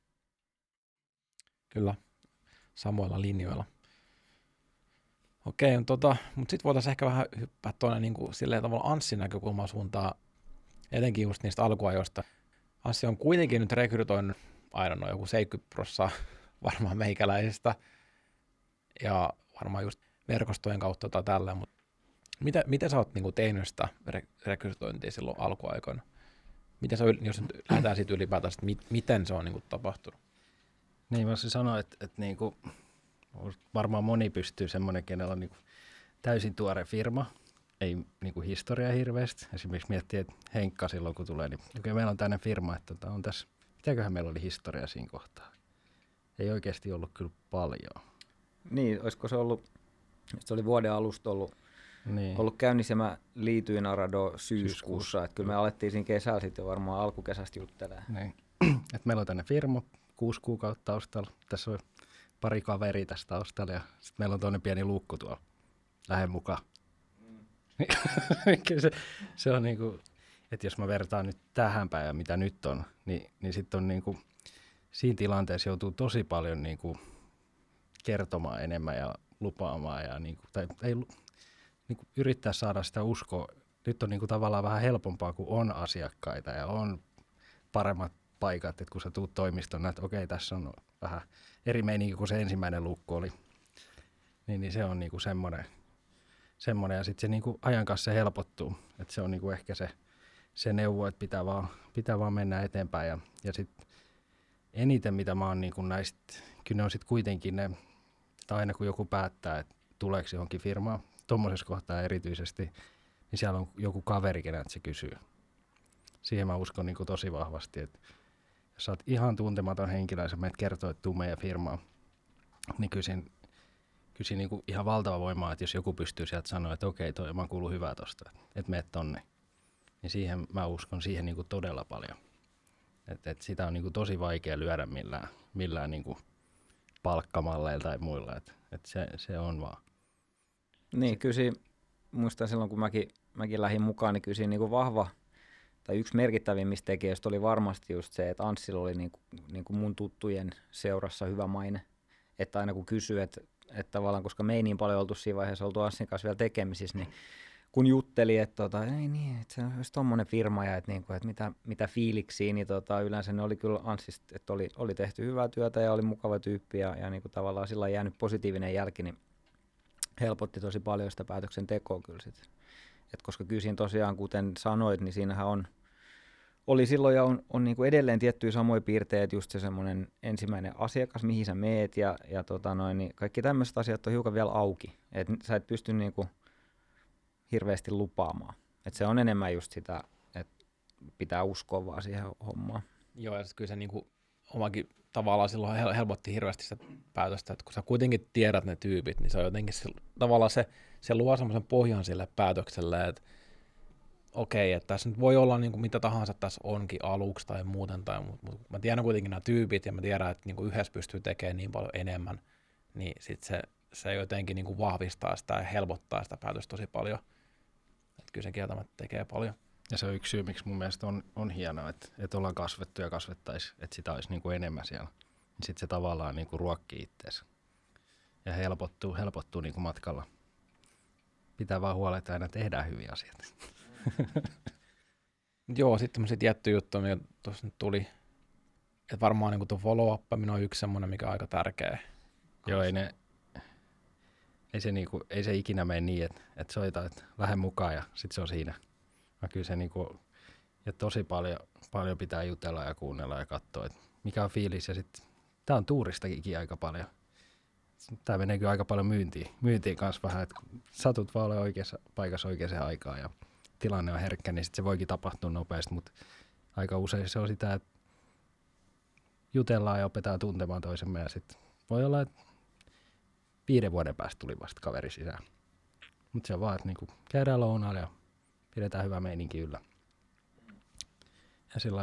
Kyllä, samoilla linjoilla. Okei, mutta sitten voitaisiin ehkä vähän hyppää tuonne niin kuin silleen tavalla Anssin näkökulman suuntaan, etenkin just niistä alkuajoista. Anssi on kuitenkin nyt rekrytoinut, joku 70% varmaan meikäläisistä, ja varmaan just verkostojen kautta tai tälleen, mutta miten sä oot niin kuin tehnyt sitä rekrytointia silloin alkuaikoina? Miten sä, jos lähdetään siitä ylipäätään, miten se on niin kuin tapahtunut? Niin, mä sanoin, että niin kuin, varmaan moni pystyy semmoinen, kenellä on niin kuin täysin tuore firma, ei niin kuin historiaa hirveästi. Esimerkiksi miettii, että Henkka silloin kun tulee, niin okei, meillä on tämmöinen firma, että on tässä, mitäköhän meillä oli historia siinä kohtaa? Ei oikeasti ollut kyllä paljon. Niin, olisiko se ollut, se oli vuoden alusta ollut käynnissä ja mä liityin Arado syyskuussa. Että kyllä me alettiin siinä kesällä sitten varmaan alkukesästä juttelemaan. Niin. Et meillä on tänne firma, 6 kuukautta taustalla. Tässä on pari kaveria tässä taustalla ja sitten meillä on toinen pieni luukku tuolla. Lähde mukaan. se on niinku, että jos mä vertaan nyt tähän päivään, mitä nyt on, niin sitten on niinku, siinä tilanteessa joutuu tosi paljon niinku kertomaan enemmän ja lupaamaan ja niinku, tai ei, niinku yrittää saada sitä uskoa. Nyt on niinku tavallaan vähän helpompaa, kun on asiakkaita ja on paremmat paikat, että kun sä tuut toimistoon, että okei, tässä on vähän eri meininki kuin se ensimmäinen luukku oli, niin se on niinku semmoinen ja sitten se niinku ajan kanssa se helpottuu, että se on niinku ehkä se neuvo, että pitää vaan mennä eteenpäin ja sitten eniten mitä mä oon niinku näistä, kyllä ne on sitten kuitenkin ne, että aina kun joku päättää, että tuleeko johonkin firmaan, tommosessa kohtaa erityisesti, niin siellä on joku kaveri, keneltä se kysyy. Siihen mä uskon niinku tosi vahvasti, että jos sä oot ihan tuntematon henkilö ja sä menet kertoa, että tuu meidän firmaan, niin kyllä niinku ihan valtava voimaa, että jos joku pystyy sieltä sanoa, että okei, toi mä kuuluu hyvää tosta, että meet tonne, niin siihen mä uskon siihen niinku todella paljon. Et sitä on niinku tosi vaikea lyödä millään niinku palkkamalleilla tai muilla, että se on vaan. Niin, kyllä muistan silloin, kun mäkin lähdin mukaan, niin kyllä niinku vahva, tai yksi merkittävimmistä tekijöistä oli varmasti just se, että Anssilla oli niinku mun tuttujen seurassa hyvä maine. Että aina kun kysyy, että tavallaan, koska me ei niin paljon oltu siinä vaiheessa oltu Anssin kanssa vielä tekemisissä, niin kun jutteli, että ei niin, että se olisi tommonen firma ja että mitä fiiliksiä, niin yleensä ne oli kyllä Anssista, että oli tehty hyvää työtä ja oli mukava tyyppi ja niin kuin tavallaan sillä on jäänyt positiivinen jälki, niin helpotti tosi paljon sitä päätöksentekoa kyllä sitten. Et koska kyllä siinä tosiaan, kuten sanoit, niin siinähän oli silloin ja on niin kuin edelleen tiettyjä samoja piirteitä, just se semmoinen ensimmäinen asiakas, mihin sä meet ja niin kaikki tämmöiset asiat on hiukan vielä auki. Et sä et pysty niin kuin hirveästi lupaamaan. Et se on enemmän just sitä, että pitää uskoa vaan siihen hommaan. Joo, ja kyllä se niinku omakin tavallaan silloin helpotti hirveästi sitä päätöstä, että kun sä kuitenkin tiedät ne tyypit, niin se on jotenkin tavallaan se luo semmoisen pohjan sille päätökselle, että okei, että tässä nyt voi olla niinku mitä tahansa tässä onkin aluksi tai muuten, mutta mä tiedän kuitenkin nämä tyypit ja mä tiedän, että niinku yhdessä pystyy tekemään niin paljon enemmän, niin sit se jotenkin niinku vahvistaa sitä ja helpottaa sitä päätöstä tosi paljon. Että kyllä se kieltämättä tekee paljon. Ja se on yksi syy, miksi mun mielestä on hienoa, että ollaan kasvettu ja kasvettaisiin, että sitä olisi niinku enemmän siellä. Sitten se tavallaan niinku ruokkii itseensä ja helpottuu niinku matkalla. Pitää vaan huolehtia, että aina tehdään hyviä asioita. Joo, sitten tämmöisiä tiettyjä juttuja, mikä tuossa nyt tuli. Että varmaan niinku tuo follow-up on yksi semmoinen, mikä on aika tärkeä. Joo, ei se ikinä mene niin, että soita, että lähde mukaan ja sitten se on siinä. Ja kyllä se niinku, ja tosi paljon pitää jutella ja kuunnella ja katsoa, että mikä on fiilis. Ja sitten tää on tuuristakin aika paljon. Tää menee kyllä aika paljon myyntiin kanssa vähän, että satut vaan olemaan oikeassa paikassa oikeaan aikaan ja tilanne on herkkä, niin sit se voikin tapahtua nopeasti, mutta aika usein se on sitä, että jutellaan ja opetaan tuntemaan toisemme ja sitten voi olla, että 5 vuoden päästä tuli vasta kaveri sisään. Mutta se on vaan, että niinku käydään lounaalla ja pidetään hyvä meininki yllä. Ja sillä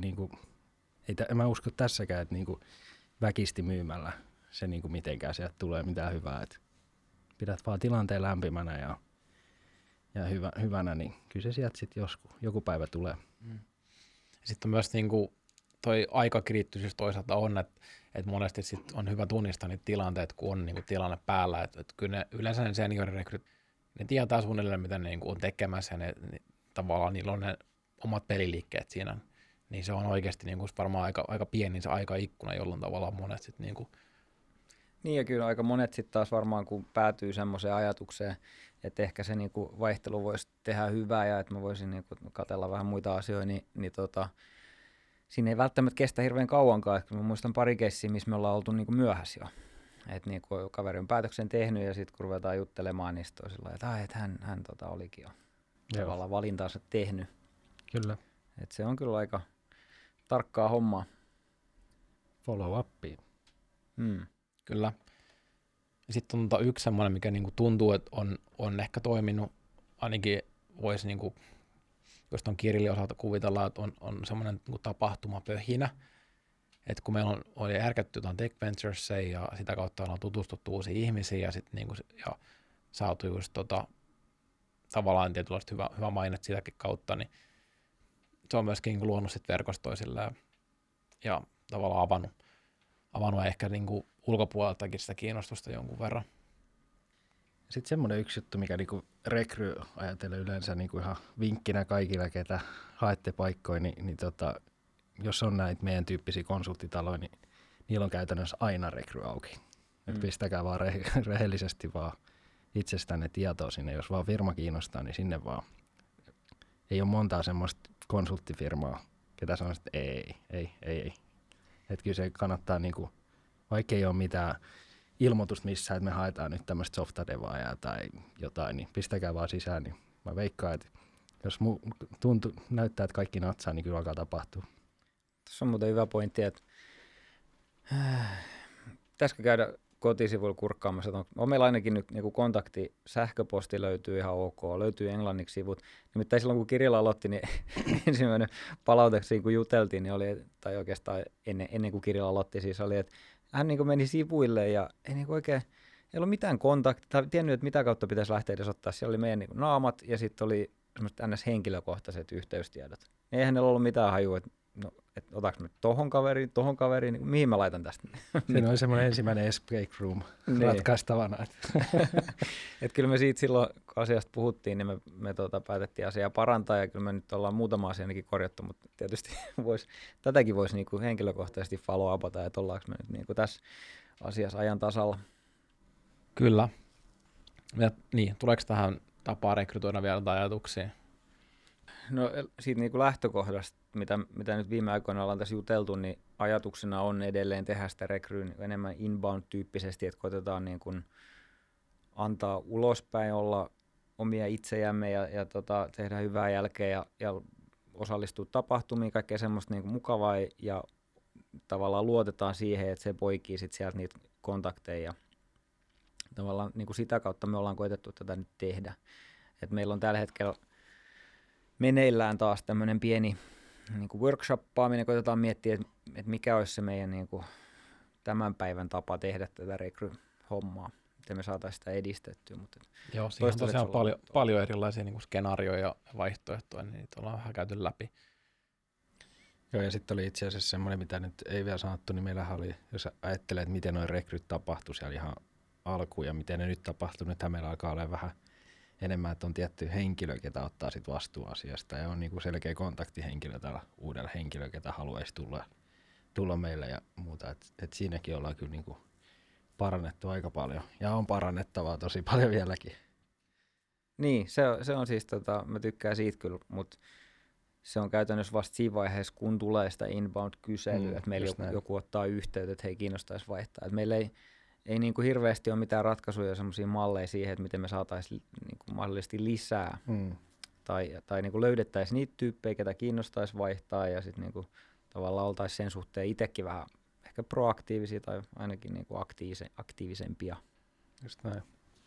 en mä usko tässäkään, että niinku väkisti myymällä se niinku mitenkään sieltä tulee mitään hyvää. Et pidät vaan tilanteen lämpimänä ja hyvänä, niin kyllä se sieltä sitten joku päivä tulee. Sitten on myös niinku toi aikakriittisyys toisaalta on, että monesti sit on hyvä tunnistaa niitä tilanteita, kun on niinku tilanne päällä. Et kyllä yleensä ne seniorirekryt, ne tietää suunnilleen, mitä ne niinku on tekemässä ja tavallaan niillä on ne omat peliliikkeet siinä. Niin se on oikeasti niinku varmaan aika pieni se aikaikkuna, jolloin tavallaan monet sitten niinku. Niin ja kyllä aika monet sitten taas varmaan, kun päätyy semmoiseen ajatukseen, että ehkä se niinku vaihtelu voisi tehdä hyvää ja että mä voisin niinku katsella vähän muita asioita, niin siinä ei välttämättä kestä hirveän kauankaan. Mä muistan pari keissiä, missä me ollaan oltu niinku myöhässä jo. Että niinku kaveri on päätöksen tehnyt ja sitten kun ruvetaan juttelemaan, niin sitten on sillä lailla, että hän olikin jo tavallaan valintaansa tehnyt. Kyllä. Et se on kyllä aika tarkkaa hommaa. Follow upia. Kyllä. Sitten on yksi semmoinen, mikä niinku tuntuu, että on ehkä toiminut, ainakin voisi niinku, jos ton Kirillin osalta kuvitellaan, että on semmoinen niinku tapahtumapöhinä, että kun meillä oli järkätty tuon Tech Venturesiin ja sitä kautta ollaan tutustuttu uusiin ihmisiin ja sitten niinku, ja saatu just tavallaan tietynlaista hyvä mainet sitäkin kautta, niin se on myöskin niinku luonut sit verkostoja sillä ja tavallaan avannut ehkä niinku ulkopuoleltakin sitä kiinnostusta jonkun verran. Sitten semmoinen yksi juttu, mikä niinku rekry ajatellen yleensä niinku ihan vinkkinä kaikilla, ketä haette paikkoja, niin jos on näitä meidän tyyppisiä konsulttitaloja, niin niillä on käytännössä aina rekry auki. Et pistäkää vaan rehellisesti vaan itsestänne tietoa sinne, jos vaan firma kiinnostaa, niin sinne vaan. Ei ole montaa semmoista konsulttifirmaa, ketä sanoo, että ei. Että kyllä se kannattaa, niinku, vaikka ei ole mitään ilmoitusta missään, että me haetaan nyt tämmöistä softadevaajaa tai jotain, niin pistäkää vaan sisään. Niin mä veikkaan, että jos näyttää, että kaikki natsaa, niin kyllä alkaa tapahtua. Se on muuten hyvä pointti, että pitäisikö käydä kotisivuilla kurkkaamassa, että on meillä ainakin nyt niin kontakti, sähköposti löytyy ihan ok, löytyy englanniksi sivut. Nimittäin silloin kun Kirilla aloitti, niin ensimmäinen palauteksi kun juteltiin, niin oli, tai oikeastaan ennen kuin Kirilla aloitti siis oli, että hän niin meni sivuille ja ei niin oikein, ei ollut mitään kontaktia, tai tiennyt, että mitä kautta pitäisi lähteä edes ottaa. Siellä oli meidän niin naamat ja sitten oli semmoiset ns-henkilökohtaiset yhteystiedot. Eihän hänellä ollut mitään hajua, että no, että otaks mä tohon kaveriin, niin mihin mä laitan tästä? Siinä oli semmoinen ensimmäinen escape room ratkaistavana. Et kyllä me siitä silloin, kun asiasta puhuttiin, niin me päätettiin asiaa parantaa, ja kyllä me nyt ollaan muutama asia ainakin korjattu, mutta tietysti tätäkin voisi niinku henkilökohtaisesti follow-upata, että ollaanko me nyt niinku tässä asiassa ajan tasalla. Kyllä. Ja, niin, tuleeko tähän tapaa rekrytoida vielä ajatuksia? No siitä niin kuin lähtökohdasta, mitä nyt viime aikoina ollaan tässä juteltu, niin ajatuksena on edelleen tehdä sitä rekryyn enemmän inbound-tyyppisesti, että koitetaan niin kuin antaa ulospäin, olla omia itsejämme ja tehdä hyvää jälkeä ja osallistua tapahtumiin, kaikkea semmoista niin kuin mukavaa ja tavallaan luotetaan siihen, että se poikii sit sieltä niitä kontakteja ja tavallaan niin kuin sitä kautta me ollaan koetettu tätä nyt tehdä. Et meillä on tällä hetkellä meneillään taas tämmöinen pieni niin kuin workshoppaaminen, koitetaan miettiä, että mikä olisi se meidän niin kuin tämän päivän tapa tehdä tätä rekry-hommaa, miten me saataisiin sitä edistettyä. Mutta joo, siinä on tosiaan paljon erilaisia niin kuin skenaarioja ja vaihtoehtoja, niin niitä ollaan vähän käyty läpi. Joo, ja sitten oli itse asiassa semmoinen, mitä nyt ei vielä sanottu, niin meillähän oli, jos ajattelee, että miten nuo rekryt tapahtui siellä ihan alkuun ja miten ne nyt tapahtuu, nythän meillä alkaa olla vähän enemmän, että on tietty henkilö, ketä ottaa sit vastuun asiasta ja on niinku selkeä kontaktihenkilö tällä uudella henkilöllä, ketä haluaisi tulla meille ja muuta. Et siinäkin ollaan kyllä niinku parannettu aika paljon ja on parannettavaa tosi paljon vieläkin. Niin, se on siis, mä tykkään siitä kyllä, mutta se on käytännössä vasta siinä vaiheessa, kun tulee sitä inbound-kyselyä, että meillä joku ottaa yhteyttä, että hei kiinnostaisi vaihtaa. Et meillä ei niin kuin hirveästi ole mitään ratkaisuja ja semmoisia malleja siihen, että miten me saataisiin niin kuin mahdollisesti lisää tai niin kuin löydettäisiin niitä tyyppejä, ketä kiinnostaisi vaihtaa ja sitten niin kuin tavallaan oltaisiin sen suhteen itsekin vähän ehkä proaktiivisia tai ainakin niin kuin aktiivisempia. Just näin.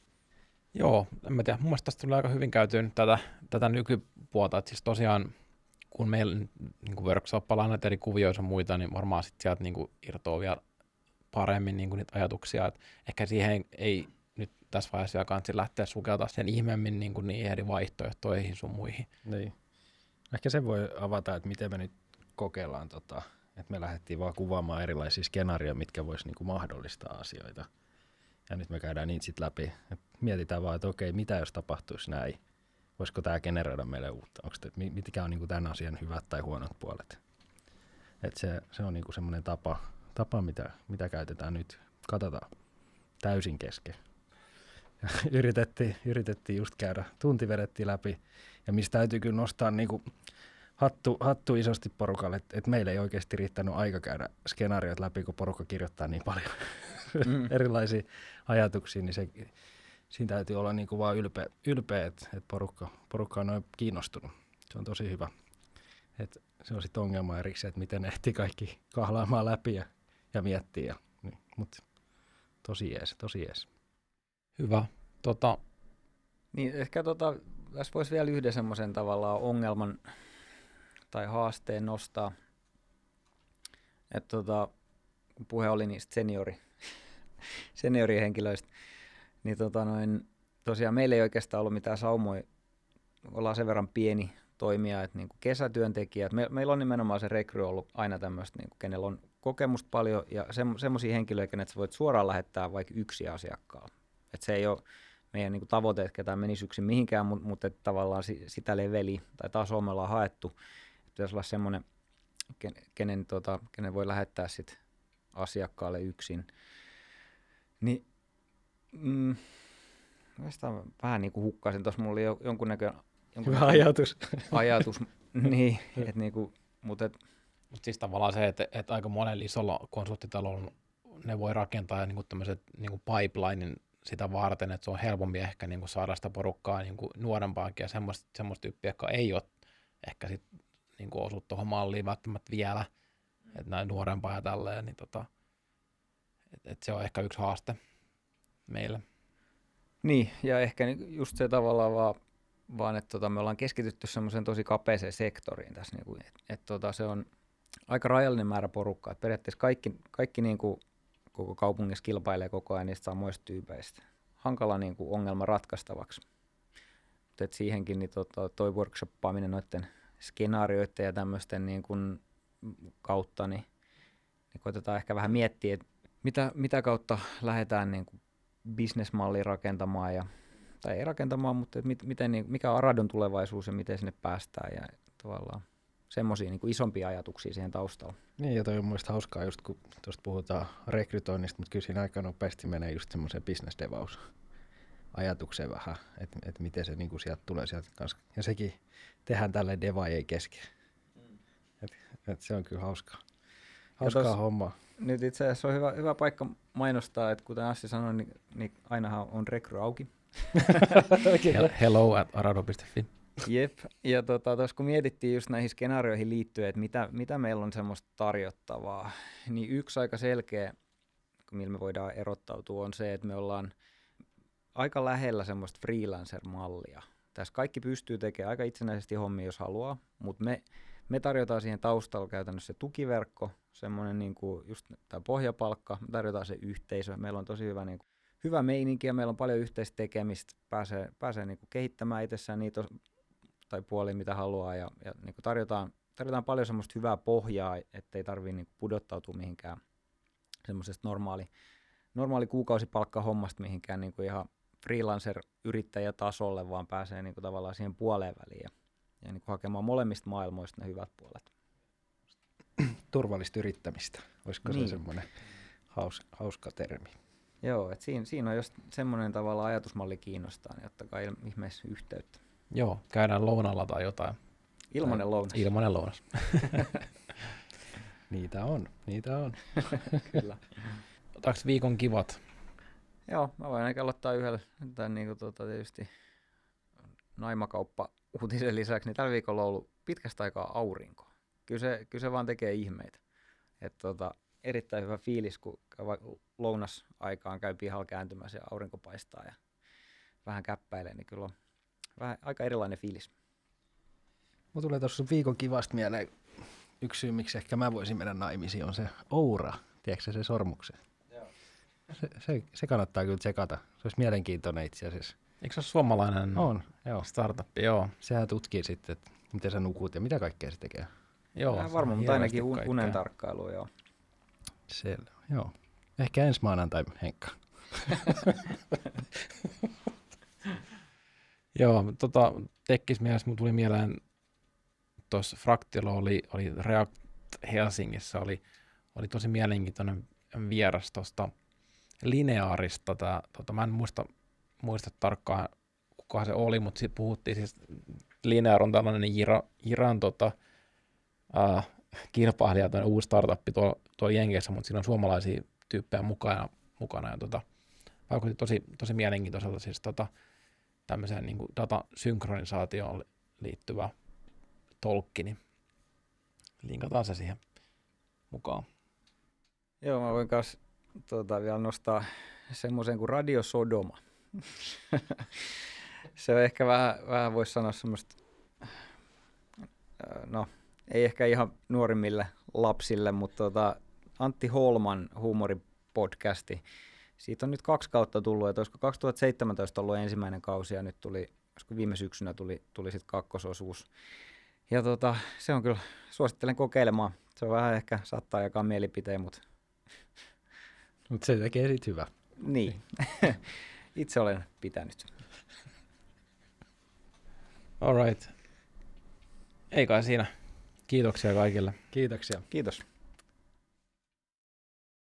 Joo, en mä tiedä. Mun mielestä tästä tuli aika hyvin käytyä nyt tätä nykypuolta, että siis tosiaan kun meillä niin workshoppaillaan näitä eri kuvioita ja muita, niin varmaan sitten sieltä niin kuin irtoaa vielä paremmin niin kuin niitä ajatuksia, että ehkä siihen ei nyt tässä vaiheessa vielä kannata lähteä sukeltamaan sen ihmeemmin niin kuin niihin eri vaihtoehtoihin sun muihin. Niin. Ehkä se voi avata, että miten me nyt kokeillaan, että me lähdettiin vaan kuvaamaan erilaisia skenaarioita, mitkä vois niin kuin mahdollistaa asioita. Ja nyt me käydään niitä sitten läpi. Et mietitään vaan, että okei, mitä jos tapahtuisi näin? Voisiko tämä generoida meille uutta? Mitkä on niin kuin tämän asian hyvät tai huonot puolet? Et se on niin kuin semmoinen tapa mitä käytetään nyt. Katsotaan täysin kesken. Ja yritettiin just käydä, tunti vedettiin läpi. Ja mistä täytyy kyllä nostaa niin kuin hattu isosti porukalle, että meillä ei oikeasti riittänyt aika käydä skenaariot läpi, kun porukka kirjoittaa niin paljon erilaisia ajatuksia, niin siinä täytyy olla niin kuin vaan ylpeä että porukka on noin kiinnostunut. Se on tosi hyvä. Et se on sitten ongelma erikseen, että miten ehtii kaikki kahlaamaan läpi ja miettiä. Niin, mutta tosi jees. Hyvä. Niin ehkä tässä voisi vielä yhden semmoisen tavallaan ongelman tai haasteen nostaa, että kun puhe oli niistä seniorihenkilöistä, niin tosiaan meillä ei oikeastaan ollut mitään saumoja, ollaan sen verran pieni toimija, että niin kuin kesätyöntekijät, meillä on nimenomaan se rekry ollut aina tämmöistä, niin kuin, kenellä on kokemusta paljon ja semmoisia henkilöitä, että sä voit suoraan lähettää vaikka yksi asiakkaalle. Että se ei ole meidän niin kuin tavoite, että ketään menisi yksin mihinkään, mutta että tavallaan sitä leveliä tai tasoa me ollaan haettu. Että pitäisi olla semmoinen, kenen voi lähettää sit asiakkaalle yksin. Niin, vähän niin kuin hukkasin. Tuossa mulla oli jonkunnäköinen hyvä ajatus. Niin, niinku, mutta siis tavallaan se, että aika monella isolla konsulttitalolla ne voi rakentaa niinku tämmöiset niinku pipelinen sitä varten, että se on helpompi ehkä niinku saada sitä porukkaa niinku nuorempaankin ja semmoista tyyppiä, joka ei ole ehkä sit niinku osu tuohon malliin välttämättä vielä, että näin nuorempaa ja tälleen, niin et se on ehkä yksi haaste meille. Niin, ja ehkä just se tavallaan vaan että me ollaan keskitytty semmoiseen tosi kapeeseen sektoriin tässä, niinku, että se on aika rajallinen määrä porukkaa, että periaatteessa kaikki niinku, koko kaupungissa kilpailee koko ajan niistä samoista tyypeistä. Hankala niinku, ongelma ratkaistavaksi. Et siihenkin niin toi workshoppaaminen noiden skenaarioiden ja tämmöisten niin kun kautta, niin koitetaan ehkä vähän miettiä, että mitä kautta lähdetään niin kun bisnesmallia rakentamaan, tai ei rakentamaan, mutta miten, mikä on Aradon tulevaisuus ja miten sinne päästään ja tavallaan semmoisia niin isompia ajatuksia siihen taustalla. Niin, ja toi on mielestäni hauskaa just kun tuosta puhutaan rekrytoinnista, mutta kyllä siinä aika nopeasti menee just semmoiseen business devaus ajatukseen vähän, että miten se niinku sieltä tulee sieltä kanssa. Ja sekin tehdään tälleen devaajien kesken. Et se on kyllä hauskaa. Hauskaa hommaa. Nyt itse asiassa on hyvä paikka mainostaa, että kuten Assi sanoi, niin ainahan on rekry auki. Hello at arado.fi. Jep, ja tuossa kun mietittiin just näihin skenaarioihin liittyen, että mitä meillä on semmoista tarjottavaa, niin yksi aika selkeä, millä me voidaan erottautua, on se, että me ollaan aika lähellä semmoista freelancer-mallia. Tässä kaikki pystyy tekemään aika itsenäisesti hommia, jos haluaa, mutta me tarjotaan siihen taustalla käytännössä se tukiverkko, semmoinen niin kuin just tämä pohjapalkka, me tarjotaan se yhteisö, meillä on tosi hyvä meininki ja meillä on paljon yhteistä tekemistä, pääsee niin kuin kehittämään itsessään niitä tai puolia, mitä haluaa ja niin kuin tarjotaan paljon semmoista hyvää pohjaa, ettei tarvitse niin kuin pudottautua mihinkään semmoisesta normaali kuukausipalkkahommasta mihinkään niin kuin ihan freelancer-yrittäjätasolle, vaan pääsee niin kuin tavallaan siihen puoleen väliin ja niin kuin hakemaan molemmista maailmoista ne hyvät puolet. Turvallista yrittämistä, olisiko niin. Se semmoinen hauska termi? Joo, että siinä on just semmoinen tavalla ajatusmalli kiinnostaa, niin ottakaa ihmeessä yhteyttä. Joo, käydään lounalla tai jotain. Ilmanen lounas. Ilmanen lounas. Niitä on. Kyllä. Otaks viikon kivat? Joo, mä voin aika aloittaa yhdellä, tai niin kuin tietysti naimakauppa-uutisen lisäksi, niin tällä viikolla on ollut pitkästä aikaa aurinko. Kyllä se vaan tekee ihmeitä. Erittäin hyvä fiilis, kun lounasaikaan käy pihalla kääntymässä ja aurinko paistaa ja vähän käppäilee, niin kyllä on vähän aika erilainen fiilis. Mulla tulee tuossa viikon kivasta mieleen yksi syy, miksi ehkä mä voisin mennä naimisiin, on se Oura. Tiedätkö se sormuksen? Joo. Se kannattaa kyllä tsekata. Se olisi mielenkiintoinen itse asiassa. Eikö se ole suomalainen joo. startup? Joo. Sehän tutkii sitten, että miten sä nukut ja mitä kaikkea se tekee. Joo. Varmaan, mutta ainakin unen tarkkailu, joo. Selvä, joo. Ehkä ensi maanantai, Henkka. Joo, tekkismielessä mun tuli mieleen, tuossa Fractilo oli React Helsingissä, oli tosi mielenkiintoinen vieras tuosta Lineaarista. Mä en muista tarkkaan, kuka se oli, mutta siitä puhuttiin siis, Linear on tällainen Jiran kilpailija, tai uusi startuppi tuolla Jenkeissä, mutta siinä on suomalaisia tyyppejä mukana ja vaikutti tosi mielenkiintoiselta siis tämmöiseen niin kuin datasynkronisaatioon liittyvä tolkki, niin linkataan se siihen mukaan. Joo, mä voin kanssa vielä nostaa semmoisen kuin Radio Sodoma. Se on ehkä vähän voisi sanoa semmoista, no ei ehkä ihan nuorimmille lapsille, mutta Antti Holman huumoripodcasti. Siitä on nyt 2 kautta tullut, että olisiko 2017 ollut ensimmäinen kausi ja nyt olisiko viime syksynä tuli sitten 2. osuus. Ja se on kyllä, suosittelen kokeilemaan. Se on vähän ehkä saattaa jakaa mielipiteen, mutta se tekee siitä hyvä. Niin, itse olen pitänyt. All right. Ei kai siinä. Kiitoksia kaikille. Kiitoksia. Kiitos.